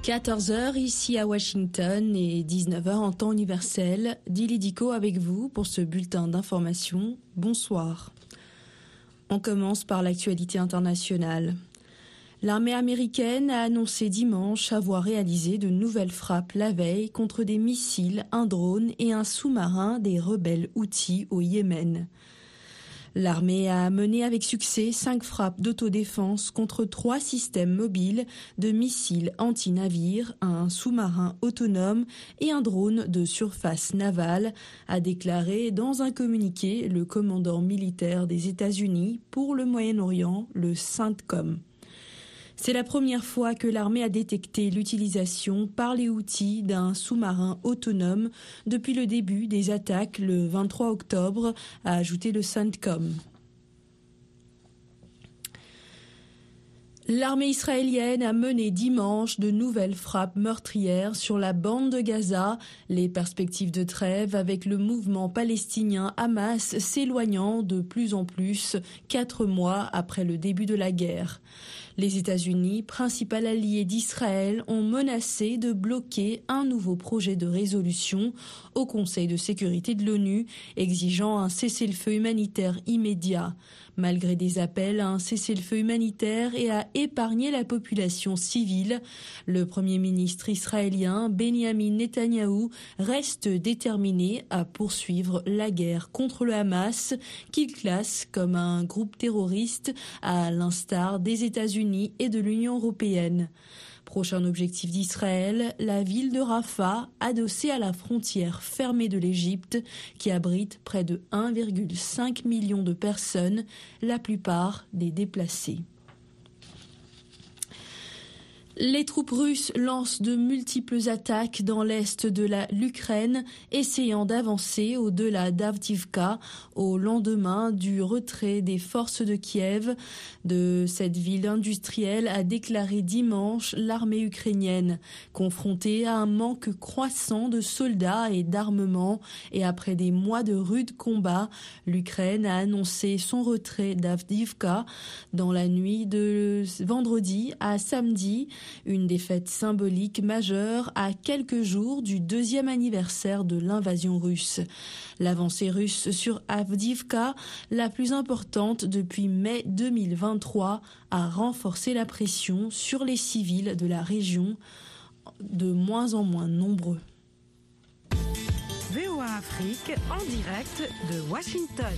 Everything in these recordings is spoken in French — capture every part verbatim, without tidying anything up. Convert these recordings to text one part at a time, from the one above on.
quatorze heures ici à Washington et dix-neuf heures en temps universel. Dili Diko avec vous pour ce bulletin d'information. Bonsoir. On commence par l'actualité internationale. L'armée américaine a annoncé dimanche avoir réalisé de nouvelles frappes la veille contre des missiles, un drone et un sous-marin des rebelles Houthis au Yémen. L'armée a mené avec succès cinq frappes d'autodéfense contre trois systèmes mobiles de missiles anti-navires, un sous-marin autonome et un drone de surface navale, a déclaré dans un communiqué le commandant militaire des États-Unis pour le Moyen-Orient, le CENTCOM. C'est la première fois que l'armée a détecté l'utilisation par les Houthis d'un sous-marin autonome depuis le début des attaques le vingt-trois octobre, a ajouté le CENTCOM. L'armée israélienne a mené dimanche de nouvelles frappes meurtrières sur la bande de Gaza, les perspectives de trêve avec le mouvement palestinien Hamas s'éloignant de plus en plus quatre mois après le début de la guerre. Les États-Unis, principal allié d'Israël, ont menacé de bloquer un nouveau projet de résolution au Conseil de sécurité de l'ONU, exigeant un cessez-le-feu humanitaire immédiat. Malgré des appels à un cessez-le-feu humanitaire et à épargner la population civile, le Premier ministre israélien Benyamin Netanyahou reste déterminé à poursuivre la guerre contre le Hamas, qu'il classe comme un groupe terroriste à l'instar des États-Unis et de l'Union européenne. Prochain objectif d'Israël, la ville de Rafah, adossée à la frontière fermée de l'Égypte, qui abrite près de un virgule cinq million de personnes, la plupart des déplacés. Les troupes russes lancent de multiples attaques dans l'est de la l'Ukraine, essayant d'avancer au-delà d'Avdiivka au lendemain du retrait des forces de Kiev de cette ville industrielle, a déclaré dimanche l'armée ukrainienne. Confrontée à un manque croissant de soldats et d'armement et après des mois de rudes combats, l'Ukraine a annoncé son retrait d'Avdiivka dans la nuit de vendredi à samedi. Une défaite symbolique majeure à quelques jours du deuxième anniversaire de l'invasion russe. L'avancée russe sur Avdiivka, la plus importante depuis mai deux mille vingt-trois, a renforcé la pression sur les civils de la région, de moins en moins nombreux. V O A Afrique en direct de Washington.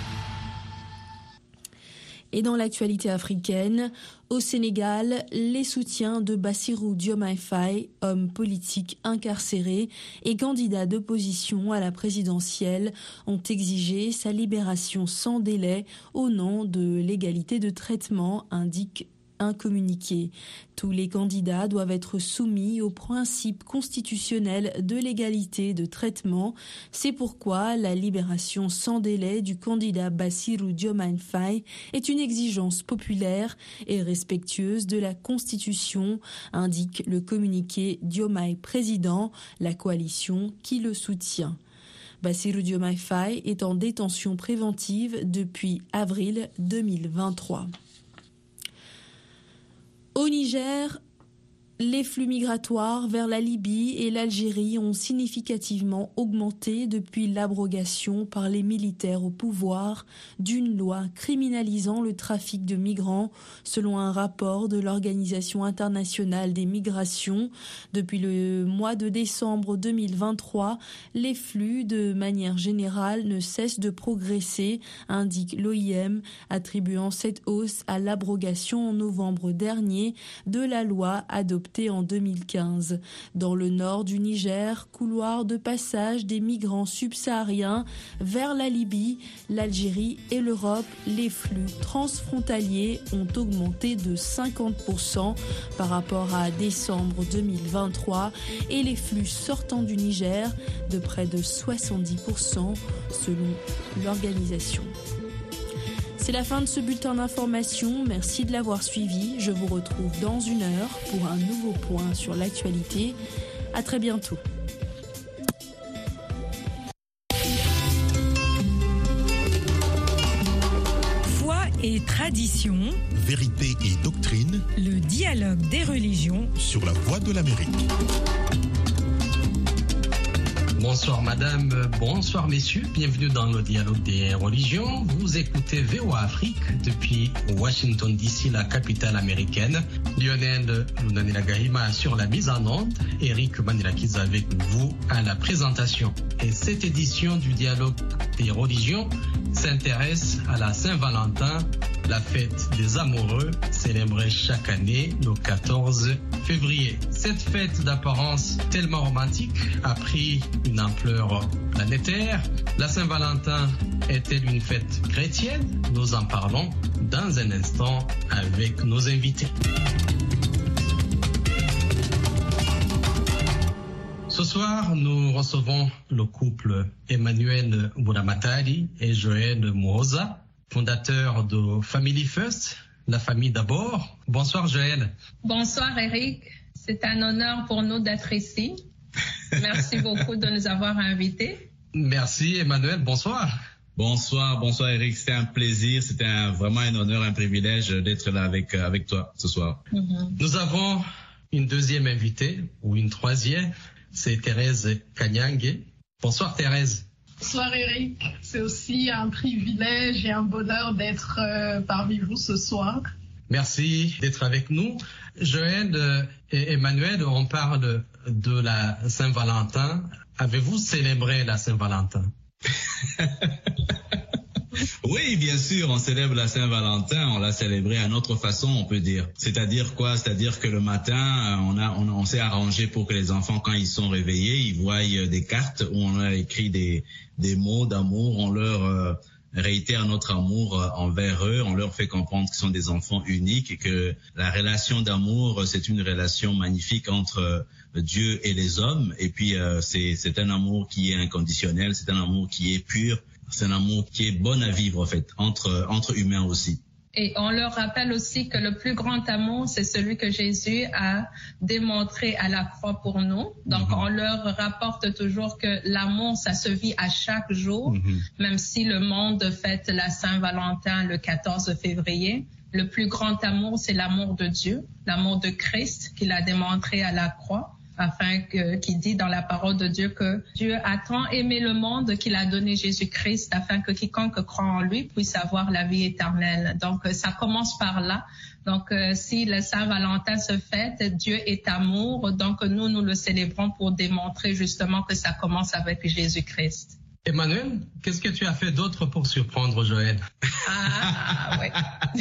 Et dans l'actualité africaine, au Sénégal, les soutiens de Bassirou Diomaye Faye, homme politique incarcéré et candidat d'opposition à la présidentielle, ont exigé sa libération sans délai au nom de l'égalité de traitement, indique un communiqué. Tous les candidats doivent être soumis au principe constitutionnel de l'égalité de traitement. C'est pourquoi la libération sans délai du candidat Bassirou Diomaye Faye est une exigence populaire et respectueuse de la Constitution, indique le communiqué Diomaye Président, la coalition qui le soutient. Bassirou Diomaye Faye est en détention préventive depuis avril deux mille vingt-trois. Au Niger, les flux migratoires vers la Libye et l'Algérie ont significativement augmenté depuis l'abrogation par les militaires au pouvoir d'une loi criminalisant le trafic de migrants, selon un rapport de l'Organisation internationale des migrations. Depuis le mois de décembre deux mille vingt-trois, les flux de manière générale ne cessent de progresser, indique l'O I M, attribuant cette hausse à l'abrogation en novembre dernier de la loi adoptée en deux mille quinze. Dans le nord du Niger, couloir de passage des migrants subsahariens vers la Libye, l'Algérie et l'Europe, les flux transfrontaliers ont augmenté de cinquante pour cent par rapport à décembre deux mille vingt-trois et les flux sortant du Niger de près de soixante-dix pour cent selon l'organisation. C'est la fin de ce bulletin d'information. Merci de l'avoir suivi. Je vous retrouve dans une heure pour un nouveau point sur l'actualité. À très bientôt. Foi et et tradition, vérité et doctrine, le dialogue des religions sur la voie de l'Amérique. Bonsoir madame, bonsoir messieurs, bienvenue dans le dialogue des religions. Vous écoutez V O A Afrique depuis Washington D C, la capitale américaine. Lionel Lunanila Gahima sur la mise en onde, Eric Manilakiz avec vous à la présentation. Et cette édition du dialogue des religions s'intéresse à la Saint-Valentin, la fête des amoureux célébrée chaque année le quatorze février. Cette fête d'apparence tellement romantique a pris une ampleur planétaire. La Saint-Valentin est-elle une fête chrétienne? Nous en parlons dans un instant avec nos invités. Ce soir, nous recevons le couple Emmanuel Bouramatari et Joël Mourosa, fondateur de Family First, la famille d'abord. Bonsoir Joël. Bonsoir Eric, c'est un honneur pour nous d'être ici. Merci beaucoup de nous avoir invités. Merci Emmanuel, bonsoir. Bonsoir, bonsoir Eric, c'était un plaisir, c'était un, vraiment un honneur, un privilège d'être là avec, avec toi ce soir. Mm-hmm. Nous avons une deuxième invitée, ou une troisième, c'est Thérèse Kanyange. Bonsoir Thérèse. Bonsoir Eric, c'est aussi un privilège et un bonheur d'être euh, parmi vous ce soir. Merci d'être avec nous. Joël et Emmanuel, on parle de la Saint-Valentin. Avez-vous célébré la Saint-Valentin? Oui, bien sûr, on célèbre la Saint-Valentin, on l'a célébré à notre façon, on peut dire. C'est-à-dire quoi? C'est-à-dire que le matin, on a, on, on s'est arrangé pour que les enfants, quand ils sont réveillés, ils voient des cartes où on a écrit des, des mots d'amour, on leur euh, réitère notre amour euh, envers eux, on leur fait comprendre qu'ils sont des enfants uniques et que la relation d'amour, c'est une relation magnifique entre euh, Dieu et les hommes. Et puis, euh, c'est, c'est un amour qui est inconditionnel, c'est un amour qui est pur. C'est un amour qui est bon à vivre, en fait, entre, entre humains aussi. Et on leur rappelle aussi que le plus grand amour, c'est celui que Jésus a démontré à la croix pour nous. Donc, mm-hmm. on leur rapporte toujours que l'amour, ça se vit à chaque jour, mm-hmm. même si le monde fête la Saint-Valentin le quatorze février. Le plus grand amour, c'est l'amour de Dieu, l'amour de Christ qu'il a démontré à la croix. Afin que, qui dit dans la parole de Dieu que Dieu a tant aimé le monde qu'il a donné Jésus-Christ afin que quiconque croit en lui puisse avoir la vie éternelle. Donc, ça commence par là. Donc, euh, si le Saint-Valentin se fête, Dieu est amour. Donc, nous, nous le célébrons pour démontrer justement que ça commence avec Jésus-Christ. Emmanuel, qu'est-ce que tu as fait d'autre pour surprendre Joël? Ah, oui.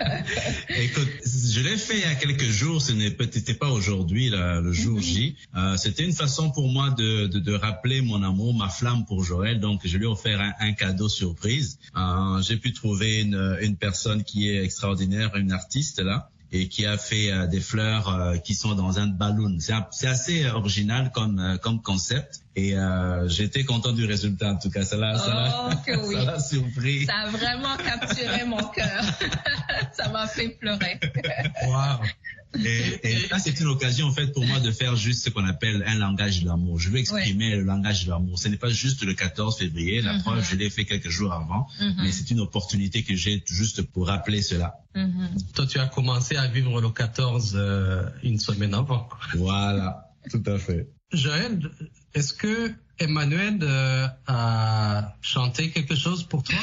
Écoute, je l'ai fait il y a quelques jours, ce n'était pas aujourd'hui, là, le jour J. Euh, c'était une façon pour moi de, de, de rappeler mon amour, ma flamme pour Joël. Donc, je lui ai offert un, un cadeau surprise. Euh, j'ai pu trouver une, une personne qui est extraordinaire, une artiste, là, et qui a fait euh, des fleurs euh, qui sont dans un ballon. C'est, c'est assez original comme, euh, comme concept. Et euh, j'étais content du résultat, en tout cas. Ça l'a, oh, ça l'a, que oui. ça l'a surpris. Ça a vraiment capturé mon cœur. Ça m'a fait pleurer. Wow. Et, et là, c'est une occasion, en fait, pour moi de faire juste ce qu'on appelle un langage de l'amour. Je veux exprimer ouais. le langage de l'amour. Ce n'est pas juste le quatorze février. La mm-hmm. preuve, je l'ai fait quelques jours avant. Mm-hmm. Mais c'est une opportunité que j'ai juste pour rappeler cela. Mm-hmm. Toi, tu as commencé à vivre le quatorze euh, une semaine avant. Voilà, tout à fait. Joël, est-ce que Emmanuel euh, a chanté quelque chose pour toi?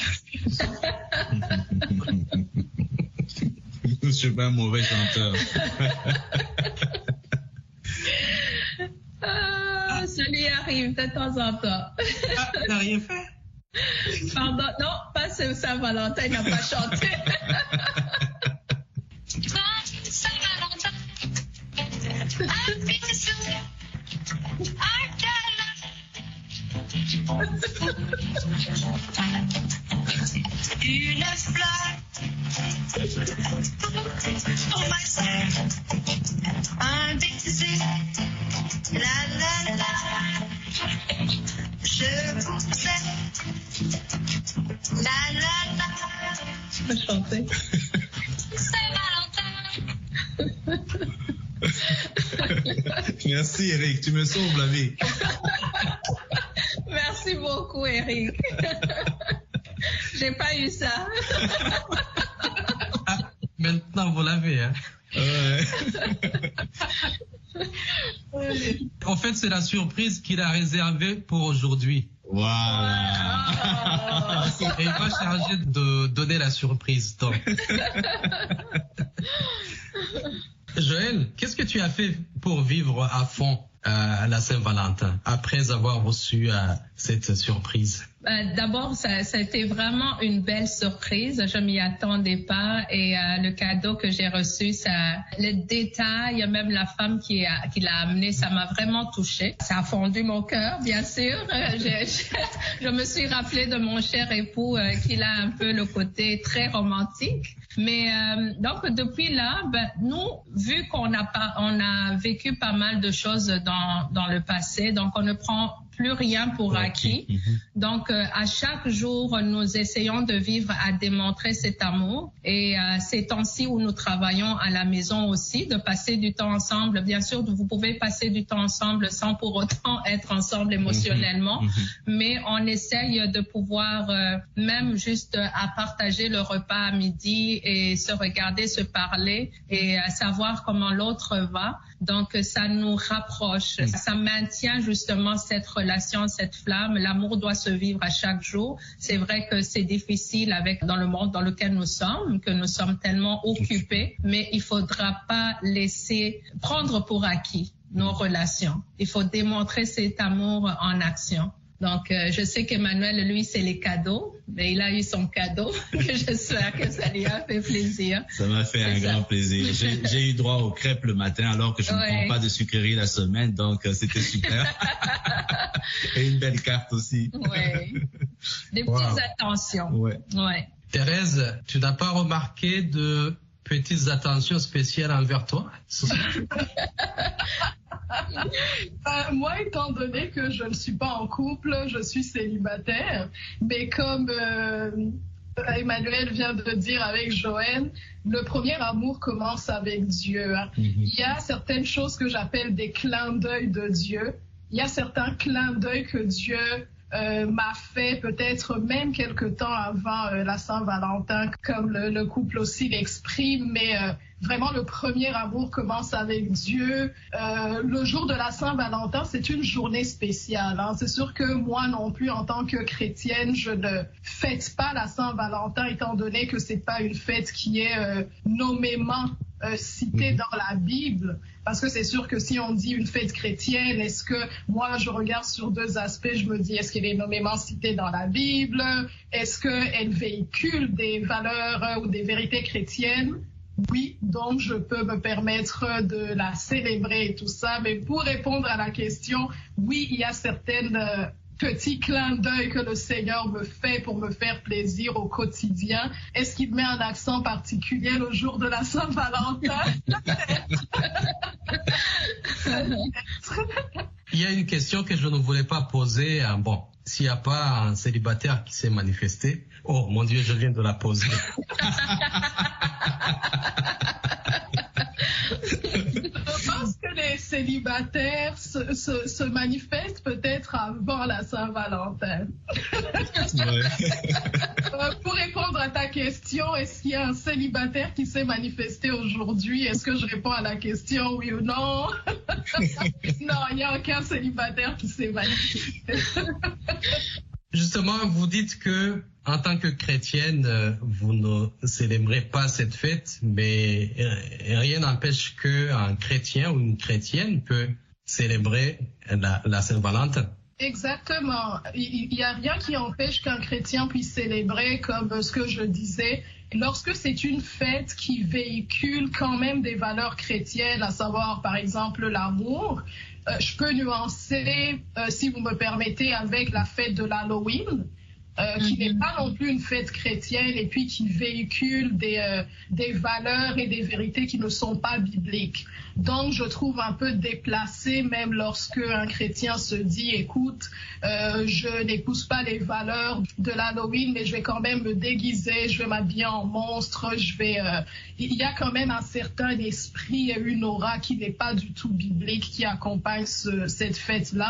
Je suis pas un mauvais chanteur. ah, ça lui arrive de temps en temps. Ah, t'as rien fait? Pardon, non, pas Saint-Valentin, il n'a pas chanté. Saint-Valentin, une fleur pour ma sœur, un baiser, la la la, je vous aime, la la la. Je peux chanter. Saint-Valentin. Merci Eric, tu me sauves la vie. Merci beaucoup Eric. J'ai pas eu ça. Ah, maintenant, vous l'avez. Hein. Ouais. En fait, c'est la surprise qu'il a réservée pour aujourd'hui. Voilà. Et il va charger de donner la surprise. Donc. Joël, qu'est-ce que tu as fait pour vivre à fond euh, la Saint-Valentin après avoir reçu euh, cette surprise? Euh, D'abord, ça, ça a été vraiment une belle surprise. Je m'y attendais pas et euh, le cadeau que j'ai reçu, ça, les détails, même la femme qui, a, qui l'a amené, ça m'a vraiment touchée. Ça a fondu mon cœur, bien sûr. Je, je, je me suis rappelée de mon cher époux euh, qui a un peu le côté très romantique. Mais euh, donc depuis là, ben, nous, vu qu'on a pas, on a vécu pas mal de choses dans dans le passé, donc on ne prend plus rien pour acquis. Mm-hmm. Donc, euh, à chaque jour, nous essayons de vivre à démontrer cet amour. Et euh, ces temps-ci où nous travaillons à la maison aussi, de passer du temps ensemble. Bien sûr, vous pouvez passer du temps ensemble sans pour autant être ensemble émotionnellement. Mm-hmm. Mais on essaye de pouvoir, euh, même juste à partager le repas à midi et se regarder, se parler et euh, savoir comment l'autre va. Donc, ça nous rapproche. Mm. Ça maintient justement cette relation, cette flamme. L'amour doit se vivre à chaque jour. C'est vrai que c'est difficile avec dans le monde dans lequel nous sommes, que nous sommes tellement occupés, mais il faudra pas laisser prendre pour acquis nos relations. Il faut démontrer cet amour en action. Donc, euh, je sais qu'Emmanuel, lui, c'est les cadeaux, mais il a eu son cadeau, que j'espère que ça lui a fait plaisir. Ça m'a fait un ça. grand plaisir. J'ai, j'ai eu droit aux crêpes le matin, alors que je ouais. ne prends pas de sucreries la semaine, donc euh, c'était super. Et une belle carte aussi. Oui. Des wow. petites attentions. Ouais. Ouais. Thérèse, tu n'as pas remarqué de petites attentions spéciales envers toi? Euh, moi, étant donné que je ne suis pas en couple, je suis célibataire, mais comme euh, Emmanuel vient de dire avec Joël, le premier amour commence avec Dieu. Hein. Mm-hmm. Il y a certaines choses que j'appelle des clins d'œil de Dieu. Il y a certains clins d'œil que Dieu Euh, m'a fait peut-être même quelque temps avant euh, la Saint-Valentin, comme le, le couple aussi l'exprime, mais euh, vraiment le premier amour commence avec Dieu. Euh, le jour de la Saint-Valentin, c'est une journée spéciale. Hein. C'est sûr que moi non plus, en tant que chrétienne, je ne fête pas la Saint-Valentin, étant donné que c'est pas une fête qui est euh, nommément euh, citée mmh. dans la Bible. Parce que c'est sûr que si on dit une fête chrétienne, est-ce que moi je regarde sur deux aspects, je me dis est-ce qu'elle est nommément citée dans la Bible? Est-ce qu'elle véhicule des valeurs ou des vérités chrétiennes? Oui, donc je peux me permettre de la célébrer et tout ça. Mais pour répondre à la question, oui, il y a certaines euh, petits clins d'œil que le Seigneur me fait pour me faire plaisir au quotidien. Est-ce qu'il met un accent particulier le jour de la Saint-Valentin? Il y a une question que je ne voulais pas poser. Bon, s'il n'y a pas un célibataire qui s'est manifesté, oh mon Dieu, je viens de la poser. Je pense que les célibataires se, se, se manifestent peut-être avant la Saint-Valentin. Ouais. Pour répondre à ta question, est-ce qu'il y a un célibataire qui s'est manifesté aujourd'hui? Est-ce que je réponds à la question oui ou non? Non, il n'y a aucun célibataire qui s'est manifesté. Justement, vous dites que en tant que chrétienne, vous ne célébrez pas cette fête, mais rien n'empêche qu'un chrétien ou une chrétienne peut célébrer la, la Saint-Valentin. Exactement. Il n'y a rien qui empêche qu'un chrétien puisse célébrer, comme ce que je disais, lorsque c'est une fête qui véhicule quand même des valeurs chrétiennes, à savoir par exemple l'amour. Euh, je peux nuancer, euh, si vous me permettez, avec la fête de l'Halloween. Euh, qui n'est pas non plus une fête chrétienne et puis qui véhicule des, euh, des valeurs et des vérités qui ne sont pas bibliques. Donc, je trouve un peu déplacé, même lorsque un chrétien se dit, écoute, euh, je n'épouse pas les valeurs de l'Halloween, mais je vais quand même me déguiser, je vais m'habiller en monstre, je vais... Euh... Il y a quand même un certain esprit et une aura qui n'est pas du tout biblique qui accompagne ce, cette fête-là.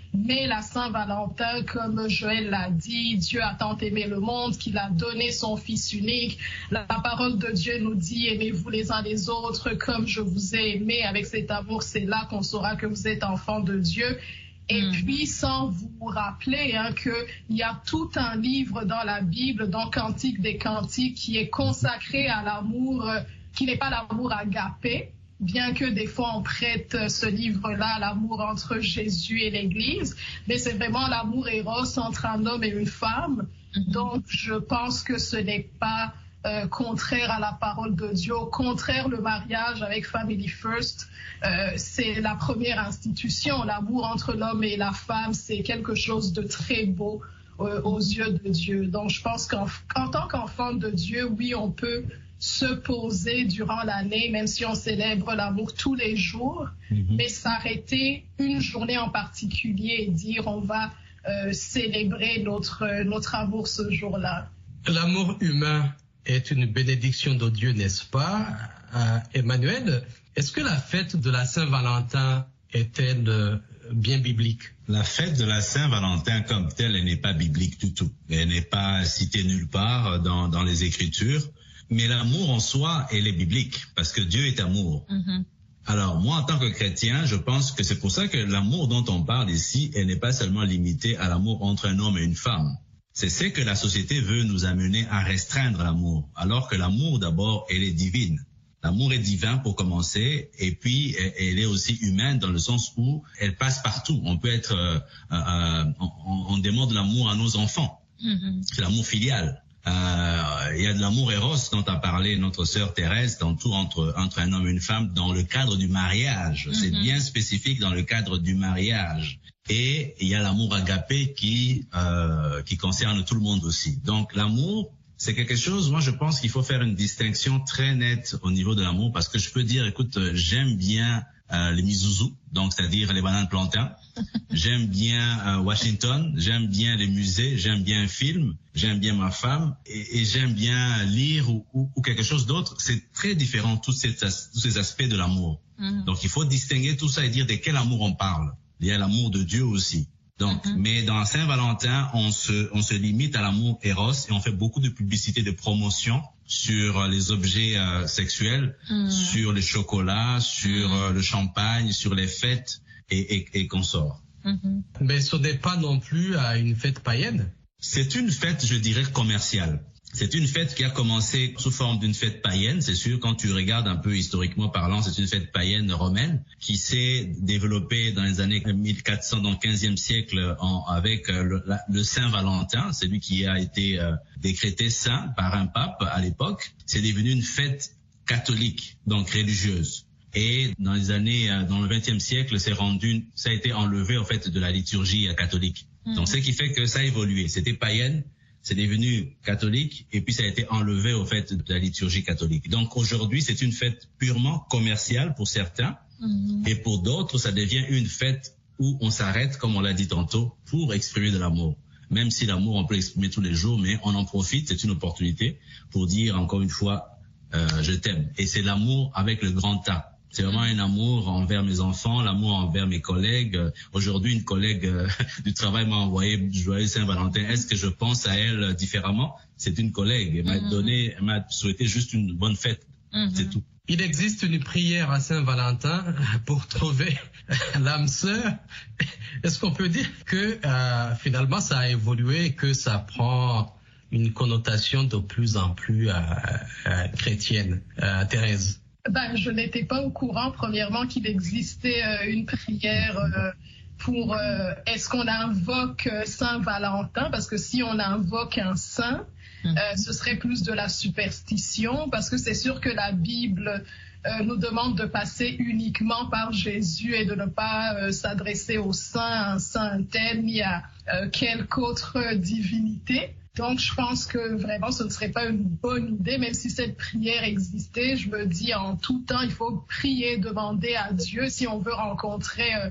Mais la Saint-Valentin, comme Joël l'a dit, Dieu a tant aimé le monde qu'il a donné son Fils unique. La parole de Dieu nous dit, aimez-vous les uns les autres comme je vous ai aimé. Avec cet amour, c'est là qu'on saura que vous êtes enfants de Dieu. Et mmh. puis, sans vous rappeler hein, qu'il y a tout un livre dans la Bible, dans Cantique des Cantiques, qui est consacré à l'amour, euh, qui n'est pas l'amour agapé, bien que des fois on prête ce livre-là à l'amour entre Jésus et l'Église, mais c'est vraiment l'amour éros entre un homme et une femme. Mmh. Donc, je pense que ce n'est pas Euh, contraire à la parole de Dieu. Au contraire, le mariage avec Family First, euh, c'est la première institution. L'amour entre l'homme et la femme, c'est quelque chose de très beau euh, aux yeux de Dieu. Donc, je pense qu'en en tant qu'enfant de Dieu, oui, on peut se poser durant l'année, même si on célèbre l'amour tous les jours, mm-hmm. mais s'arrêter une journée en particulier et dire on va euh, célébrer notre, notre amour ce jour-là. L'amour humain est une bénédiction de Dieu, n'est-ce pas, euh, Emmanuel? Est-ce que la fête de la Saint-Valentin est-elle euh, bien biblique? La fête de la Saint-Valentin comme telle, elle n'est pas biblique du tout. Elle n'est pas citée nulle part dans, dans les Écritures. Mais l'amour en soi, elle est biblique, parce que Dieu est amour. Mm-hmm. Alors, moi, en tant que chrétien, je pense que c'est pour ça que l'amour dont on parle ici, elle n'est pas seulement limitée à l'amour entre un homme et une femme. C'est ce que la société veut nous amener à restreindre l'amour, alors que l'amour, d'abord, elle est divine. L'amour est divin pour commencer, et puis elle est aussi humaine dans le sens où elle passe partout. On peut être, euh, euh, on, on demande l'amour à nos enfants. Mm-hmm. C'est l'amour filial. Euh, il y a de l'amour éros dont a parlé notre sœur Thérèse, tantôt entre, entre un homme et une femme, dans le cadre du mariage. Mm-hmm. C'est bien spécifique dans le cadre du mariage. Et il y a l'amour agapé qui euh, qui concerne tout le monde aussi. Donc l'amour, c'est quelque chose, moi je pense qu'il faut faire une distinction très nette au niveau de l'amour, parce que je peux dire, écoute, j'aime bien euh, les mizouzous, donc c'est-à-dire les bananes plantains, j'aime bien euh, Washington, j'aime bien les musées, j'aime bien un film, j'aime bien ma femme, et, et j'aime bien lire ou, ou, ou quelque chose d'autre. C'est très différent, tous ces, tous ces aspects de l'amour. Mm. Donc il faut distinguer tout ça et dire de quel amour on parle. Il y a l'amour de Dieu aussi. Donc, mm-hmm. mais dans Saint-Valentin, on se, on se limite à l'amour éros et on fait beaucoup de publicité, de promotion sur les objets euh, sexuels, mm. sur les chocolats, sur mm. euh, le champagne, sur les fêtes et, et, et consorts. Mm-hmm. Mais ce n'est pas non plus à une fête païenne. C'est une fête, je dirais, commerciale. C'est une fête qui a commencé sous forme d'une fête païenne, c'est sûr, quand tu regardes un peu historiquement parlant, c'est une fête païenne romaine qui s'est développée dans les années mille quatre cents, dans le quinzième siècle, en, avec le, la, le Saint Valentin, c'est lui qui a été euh, décrété saint par un pape à l'époque. C'est devenu une fête catholique, donc religieuse. Et dans les années, euh, dans le vingtième siècle, c'est rendu, ça a été enlevé en fait de la liturgie catholique. Mmh. Donc ce qui fait que ça a évolué. C'était païenne. C'est devenu catholique et puis ça a été enlevé au fait de la liturgie catholique. Donc aujourd'hui, c'est une fête purement commerciale pour certains mm-hmm. et pour d'autres, ça devient une fête où on s'arrête, comme on l'a dit tantôt, pour exprimer de l'amour. Même si l'amour, on peut l'exprimer tous les jours, mais on en profite, c'est une opportunité pour dire encore une fois, euh, je t'aime. Et c'est l'amour avec le grand A. C'est vraiment un amour envers mes enfants, l'amour envers mes collègues. Aujourd'hui, une collègue euh, du travail m'a envoyé Joyeux Saint-Valentin. Est-ce que je pense à elle différemment? C'est une collègue. Elle m'a mm-hmm. donné, elle m'a souhaité juste une bonne fête. Mm-hmm. C'est tout. Il existe une prière à Saint-Valentin pour trouver l'âme sœur. Est-ce qu'on peut dire que euh, finalement ça a évolué, que ça prend une connotation de plus en plus euh, euh, chrétienne, euh, Thérèse? Ben, je n'étais pas au courant, premièrement, qu'il existait euh, une prière euh, pour euh, est-ce qu'on invoque euh, Saint-Valentin, parce que si on invoque un saint, euh, ce serait plus de la superstition, parce que c'est sûr que la Bible euh, nous demande de passer uniquement par Jésus et de ne pas euh, s'adresser au saint, un saint tel, ni à euh, quelque autre divinité. Donc, je pense que vraiment, ce ne serait pas une bonne idée, même si cette prière existait. Je me dis, en tout temps, il faut prier, demander à Dieu si on veut rencontrer euh,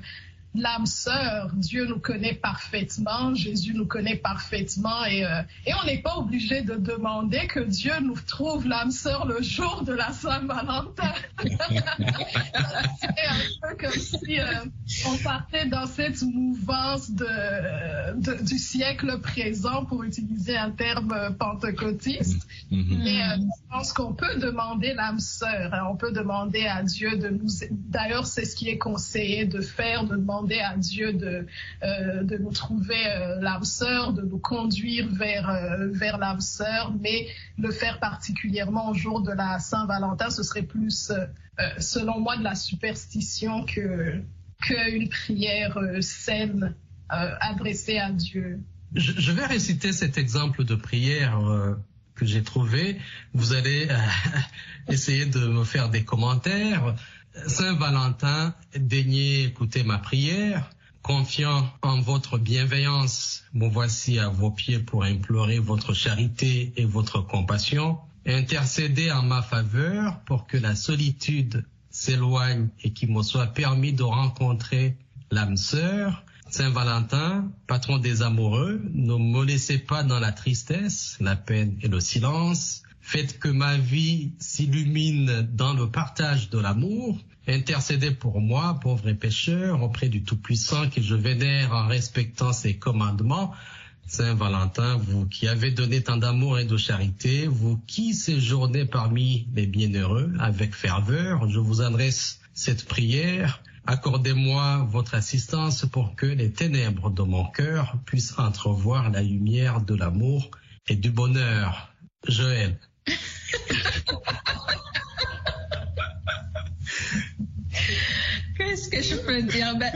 l'âme sœur, Dieu nous connaît parfaitement, Jésus nous connaît parfaitement et, euh, et on n'est pas obligé de demander que Dieu nous trouve l'âme sœur le jour de la Saint-Valentin. C'est un peu comme si euh, on partait dans cette mouvance de, de, du siècle présent, pour utiliser un terme pentecôtiste. Mm-hmm. Mais euh, je pense qu'on peut demander l'âme sœur, hein, on peut demander à Dieu de nous... D'ailleurs, c'est ce qui est conseillé de faire, de demander à Dieu de, euh, de nous trouver euh, l'âme sœur, de nous conduire vers, euh, vers l'âme sœur, mais le faire particulièrement au jour de la Saint-Valentin, ce serait plus, euh, selon moi, de la superstition que, qu'une prière euh, saine euh, adressée à Dieu. Je, je vais réciter cet exemple de prière euh, que j'ai trouvé. Vous allez euh, essayer de me faire des commentaires. Saint-Valentin, daignez écouter ma prière. Confiant en votre bienveillance, me voici à vos pieds pour implorer votre charité et votre compassion. Intercédez en ma faveur pour que la solitude s'éloigne et qu'il me soit permis de rencontrer l'âme sœur. Saint-Valentin, patron des amoureux, ne me laissez pas dans la tristesse, la peine et le silence. Faites que ma vie s'illumine dans le partage de l'amour. Intercédez pour moi, pauvre et pécheur, auprès du Tout-Puissant que je vénère en respectant ses commandements. Saint-Valentin, vous qui avez donné tant d'amour et de charité, vous qui séjournez parmi les bienheureux avec ferveur, je vous adresse cette prière. Accordez-moi votre assistance pour que les ténèbres de mon cœur puissent entrevoir la lumière de l'amour et du bonheur. Joël. Qu'est-ce que je peux dire? Ben,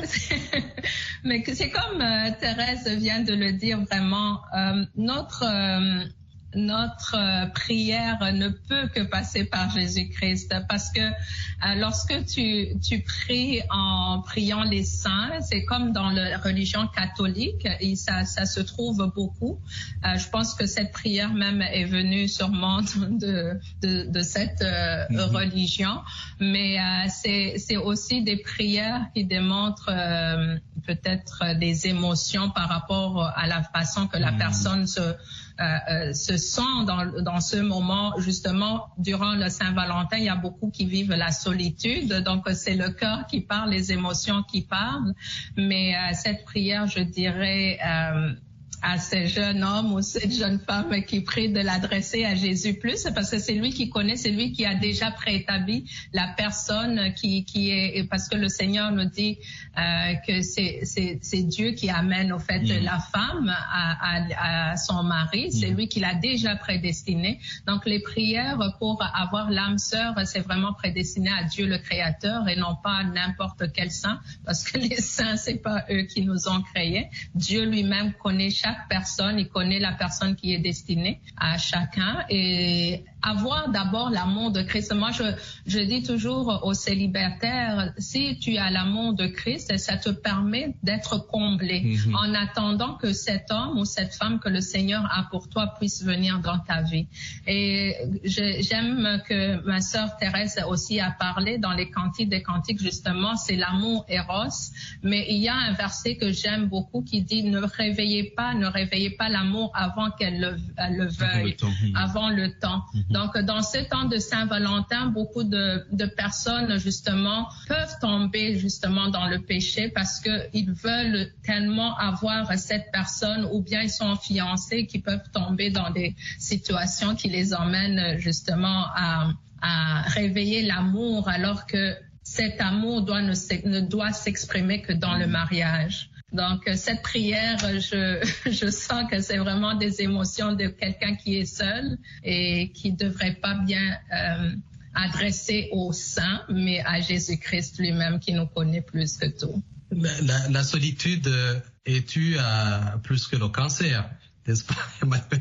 mais c'est comme euh, Thérèse vient de le dire vraiment, euh, notre euh, notre euh, prière ne peut que passer par Jésus-Christ, parce que euh, lorsque tu tu pries en priant les saints, c'est comme dans la religion catholique et ça ça se trouve beaucoup. Euh, je pense que cette prière même est venue sûrement de de, de cette euh, mm-hmm. religion, mais euh, c'est c'est aussi des prières qui démontrent euh, peut-être des émotions par rapport à la façon que la mm-hmm. personne se Euh, euh, se sent dans, dans ce moment, justement, durant le Saint-Valentin, il y a beaucoup qui vivent la solitude, donc c'est le cœur qui parle, les émotions qui parlent, mais euh, cette prière, je dirais, euh, à ces jeunes hommes ou cette jeune femme qui prie de l'adresser à Jésus plus, parce que c'est lui qui connaît, c'est lui qui a déjà préétabli la personne qui, qui est, parce que le Seigneur nous dit euh, que c'est, c'est, c'est Dieu qui amène au fait mmh. la femme à, à, à son mari, c'est mmh. lui qui l'a déjà prédestiné. Donc les prières pour avoir l'âme sœur, c'est vraiment prédestiné à Dieu le Créateur et non pas à n'importe quel saint, parce que les saints, c'est pas eux qui nous ont créés. Dieu lui-même connaît chaque personne, il connaît la personne qui est destinée à chacun et avoir d'abord l'amour de Christ. Moi, je, je dis toujours aux célibataires, si tu as l'amour de Christ, ça te permet d'être comblé mm-hmm. en attendant que cet homme ou cette femme que le Seigneur a pour toi puisse venir dans ta vie. Et je, j'aime que ma sœur Thérèse aussi a parlé dans les cantiques des cantiques, justement, c'est l'amour éros. Mais il y a un verset que j'aime beaucoup qui dit, ne réveillez pas, ne réveillez pas l'amour avant qu'elle le, elle le veuille, avant le temps. Avant le temps. Mm-hmm. Donc, dans ce temps de Saint-Valentin, beaucoup de, de personnes, justement, peuvent tomber, justement, dans le péché parce qu'ils veulent tellement avoir cette personne ou bien ils sont fiancés qui peuvent tomber dans des situations qui les emmènent, justement, à, à réveiller l'amour alors que cet amour doit ne, ne doit s'exprimer que dans le mariage. Donc, cette prière, je, je sens que c'est vraiment des émotions de quelqu'un qui est seul et qui ne devrait pas bien euh, adresser aux saints, mais à Jésus-Christ lui-même qui nous connaît plus que tout. La, la solitude est due à plus que le cancer, n'est-ce pas, Emmanuel?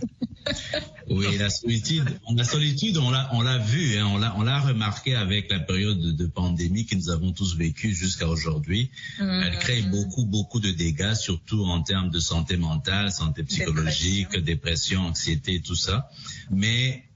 Oui, la solitude, la solitude, on l'a, on l'a vu, hein, on l'a, on l'a remarqué avec la période de, de pandémie que nous avons tous vécue jusqu'à aujourd'hui. Mmh. Elle crée beaucoup, beaucoup de dégâts, surtout en termes de santé mentale, santé psychologique, dépression, dépression anxiété, tout ça. Mais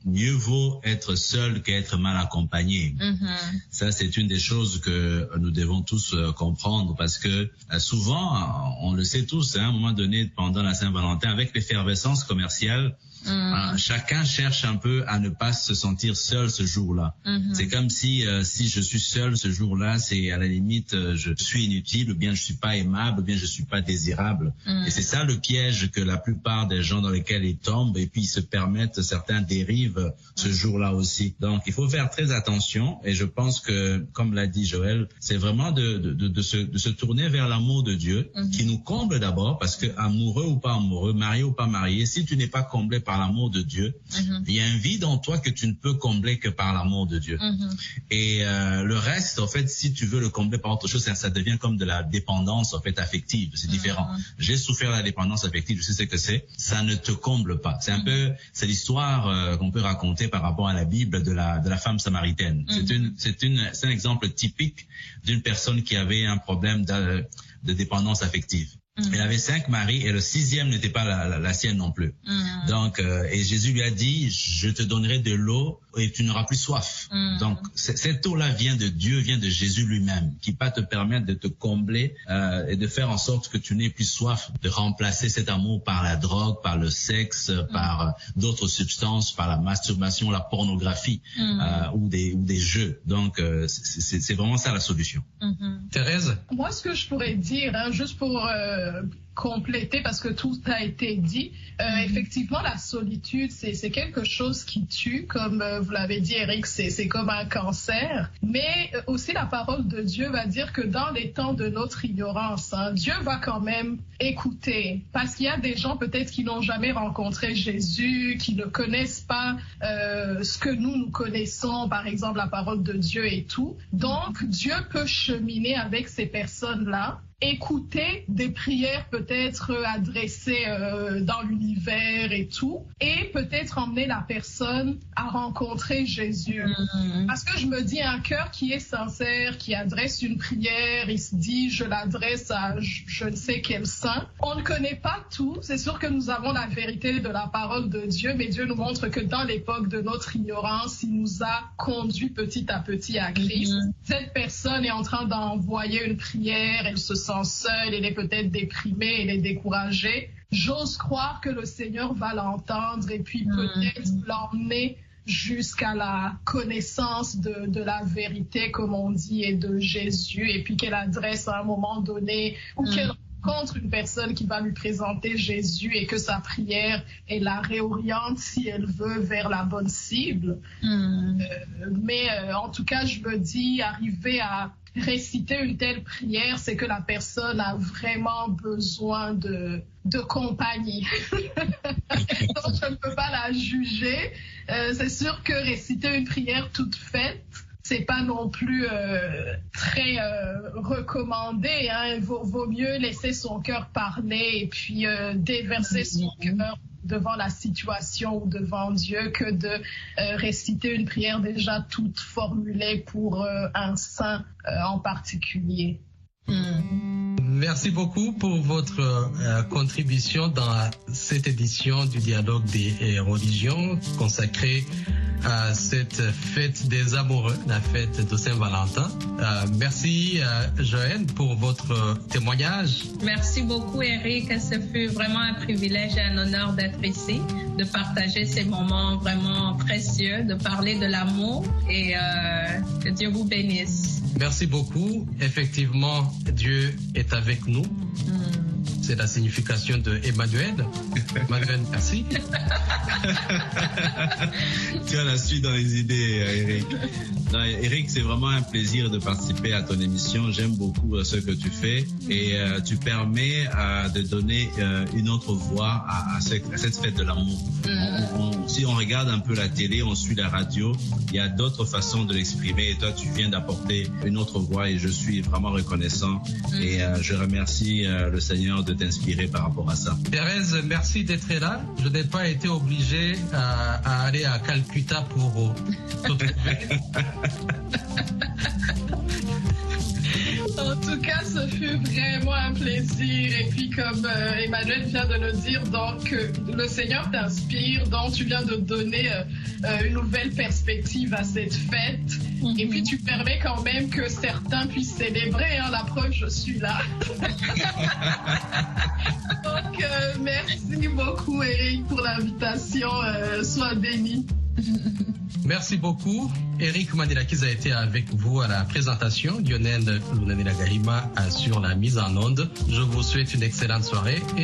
mieux vaut être seul qu'être mal accompagné. Mm-hmm. Ça, c'est une des choses que nous devons tous euh, comprendre parce que euh, souvent, on le sait tous, hein, à un moment donné, pendant la Saint-Valentin, avec l'effervescence commerciale, Mm. Euh, chacun cherche un peu à ne pas se sentir seul ce jour-là. Mm-hmm. C'est comme si euh, si je suis seul ce jour-là, c'est à la limite euh, je suis inutile, ou bien je suis pas aimable, ou bien je suis pas désirable. Mm. Et c'est ça le piège que la plupart des gens dans lesquels ils tombent, et puis ils se permettent certains dérives ce jour-là aussi. Donc il faut faire très attention, et je pense que, comme l'a dit Joël, c'est vraiment de, de, de, de, se, de se tourner vers l'amour de Dieu, Mm-hmm. qui nous comble d'abord, parce que amoureux ou pas amoureux, marié ou pas marié, si tu n'es pas comblé par l'amour de Dieu, Mm-hmm. il y a un vide en toi que tu ne peux combler que par l'amour de Dieu. Mm-hmm. Et euh, le reste, en fait, si tu veux le combler par autre chose, ça, ça devient comme de la dépendance, en fait, affective. C'est différent. Mm-hmm. J'ai souffert la dépendance affective, je sais ce que c'est. Ça ne te comble pas. C'est un mm-hmm. peu, c'est l'histoire euh, qu'on peut raconter par rapport à la Bible de la de la femme samaritaine. Mm-hmm. C'est une, c'est une, c'est un exemple typique d'une personne qui avait un problème de, de dépendance affective. Mm-hmm. Elle avait cinq maris et le sixième n'était pas la, la, la sienne non plus. Mm-hmm. Donc, euh, et Jésus lui a dit, je te donnerai de l'eau et tu n'auras plus soif. Mm-hmm. Donc, cette eau-là vient de Dieu, vient de Jésus lui-même, qui va te permettre de te combler euh, et de faire en sorte que tu n'aies plus soif, de remplacer cet amour par la drogue, par le sexe, mm-hmm. par euh, d'autres substances, par la masturbation, la pornographie mm-hmm. euh, ou des ou des jeux. Donc, euh, c'est, c'est vraiment ça la solution. Mm-hmm. Thérèse? Moi, ce que je pourrais dire, hein, juste pour euh, compléter, parce que tout a été dit, euh, mm-hmm. effectivement, la solitude, c'est, c'est quelque chose qui tue, comme euh, vous l'avez dit, Eric, c'est, c'est comme un cancer. Mais euh, aussi, la parole de Dieu va dire que dans les temps de notre ignorance, hein, Dieu va quand même écouter. Parce qu'il y a des gens peut-être qui n'ont jamais rencontré Jésus, qui ne connaissent pas euh, ce que nous, nous connaissons, par exemple, la parole de Dieu et tout. Donc, Dieu peut cheminer avec ces personnes-là, écouter des prières peut-être adressées euh, dans l'univers et tout, et peut-être emmener la personne à rencontrer Jésus. Mm-hmm. Parce que je me dis, un cœur qui est sincère, qui adresse une prière, il se dit, je l'adresse à je, je ne sais quel saint. On ne connaît pas tout, c'est sûr que nous avons la vérité de la parole de Dieu, mais Dieu nous montre que dans l'époque de notre ignorance, il nous a conduits petit à petit à Christ. Mm-hmm. Cette personne est en train d'envoyer une prière, elle se sent seule, elle est peut-être déprimée, elle est découragée. J'ose croire que le Seigneur va l'entendre et puis mmh. peut-être l'emmener jusqu'à la connaissance de, de la vérité, comme on dit, et de Jésus, et puis qu'elle adresse à un moment donné, ou mmh. qu'elle rencontre une personne qui va lui présenter Jésus et que sa prière, elle la réoriente, si elle veut, vers la bonne cible. Mmh. Euh, mais euh, en tout cas, je me dis, arriver à réciter une telle prière, c'est que la personne a vraiment besoin de, de compagnie. Donc, je ne peux pas la juger. Euh, c'est sûr que réciter une prière toute faite, c'est pas non plus euh, très euh, recommandé. Hein. Vaut, vaut mieux laisser son cœur parler et puis euh, déverser son cœur devant la situation ou devant Dieu que de euh, réciter une prière déjà toute formulée pour euh, un saint euh, en particulier. Mmh. Merci beaucoup pour votre euh, contribution dans cette édition du Dialogue des religions consacrée à cette fête des amoureux, la fête de Saint-Valentin. Euh, merci euh, Joël pour votre témoignage. Merci beaucoup Eric, ce fut vraiment un privilège et un honneur d'être ici, de partager ces moments vraiment précieux, de parler de l'amour et euh, que Dieu vous bénisse. Merci beaucoup. Effectivement, Dieu est avec nous. Mm. C'est la signification de Emmanuel. Emmanuel, merci. Tu as la suite dans les idées, Eric. Non, Eric, c'est vraiment un plaisir de participer à ton émission. J'aime beaucoup ce que tu fais et euh, tu permets euh, de donner euh, une autre voix à, à, ce, à cette fête de l'amour. Mm. On, on, si on regarde un peu la télé, on suit la radio, il y a d'autres façons de l'exprimer et toi, tu viens d'apporter une autre voix et je suis vraiment reconnaissant mm. et euh, je remercie euh, le Seigneur de t'inspirer par rapport à ça. Thérèse, merci d'être là. Je n'ai pas été obligé à, à aller à Calcutta pour te trouver. En tout cas, ce fut vraiment un plaisir. Et puis, comme euh, Emmanuel vient de le dire, donc euh, le Seigneur t'inspire, donc tu viens de donner euh, euh, une nouvelle perspective à cette fête. Mm-hmm. Et puis, tu permets quand même que certains puissent célébrer. Hein, la preuve, je suis là. Donc, euh, merci beaucoup, Eric, pour l'invitation. Euh, sois béni. Merci beaucoup. Eric Mandelakiz a été avec vous à la présentation. Lionel Lunanila Garima sur la mise en onde. Je vous souhaite une excellente soirée et